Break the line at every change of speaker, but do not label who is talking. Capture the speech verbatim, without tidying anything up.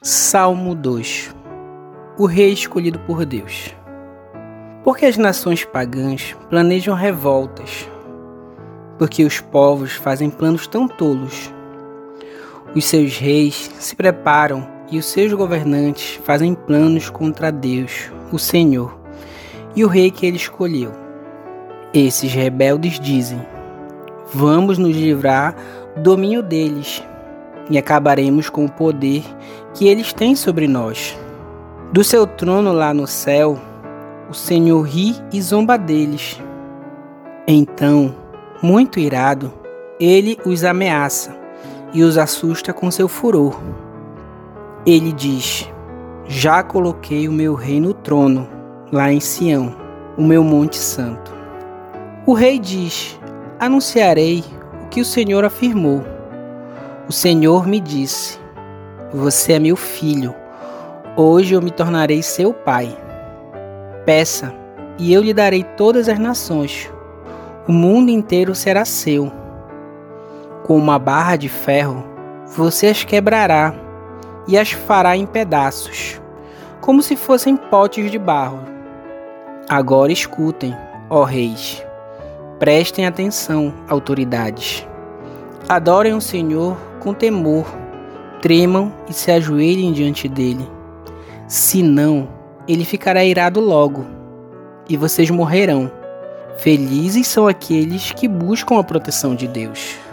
Salmo dois. O rei escolhido por Deus. Porque as nações pagãs planejam revoltas, porque os povos fazem planos tão tolos. Os seus reis se preparam e os seus governantes fazem planos contra Deus, o Senhor, e o rei que ele escolheu. Esses rebeldes dizem: vamos nos livrar do domínio deles e acabaremos com o poder que eles têm sobre nós. Do seu trono lá no céu, o Senhor ri e zomba deles. Então, muito irado, ele os ameaça e os assusta com seu furor. Ele diz: já coloquei o meu rei no trono, lá em Sião, o meu monte santo. O rei diz: anunciarei o que o Senhor afirmou. O Senhor me disse: você é meu filho, hoje eu me tornarei seu pai. Peça, e eu lhe darei todas as nações. O mundo inteiro será seu. Com uma barra de ferro, você as quebrará e as fará em pedaços, como se fossem potes de barro. Agora escutem, ó reis. Prestem atenção, autoridades. Adorem o Senhor com temor, tremam e se ajoelhem diante dele. Senão, ele ficará irado logo, e vocês morrerão. Felizes são aqueles que buscam a proteção de Deus.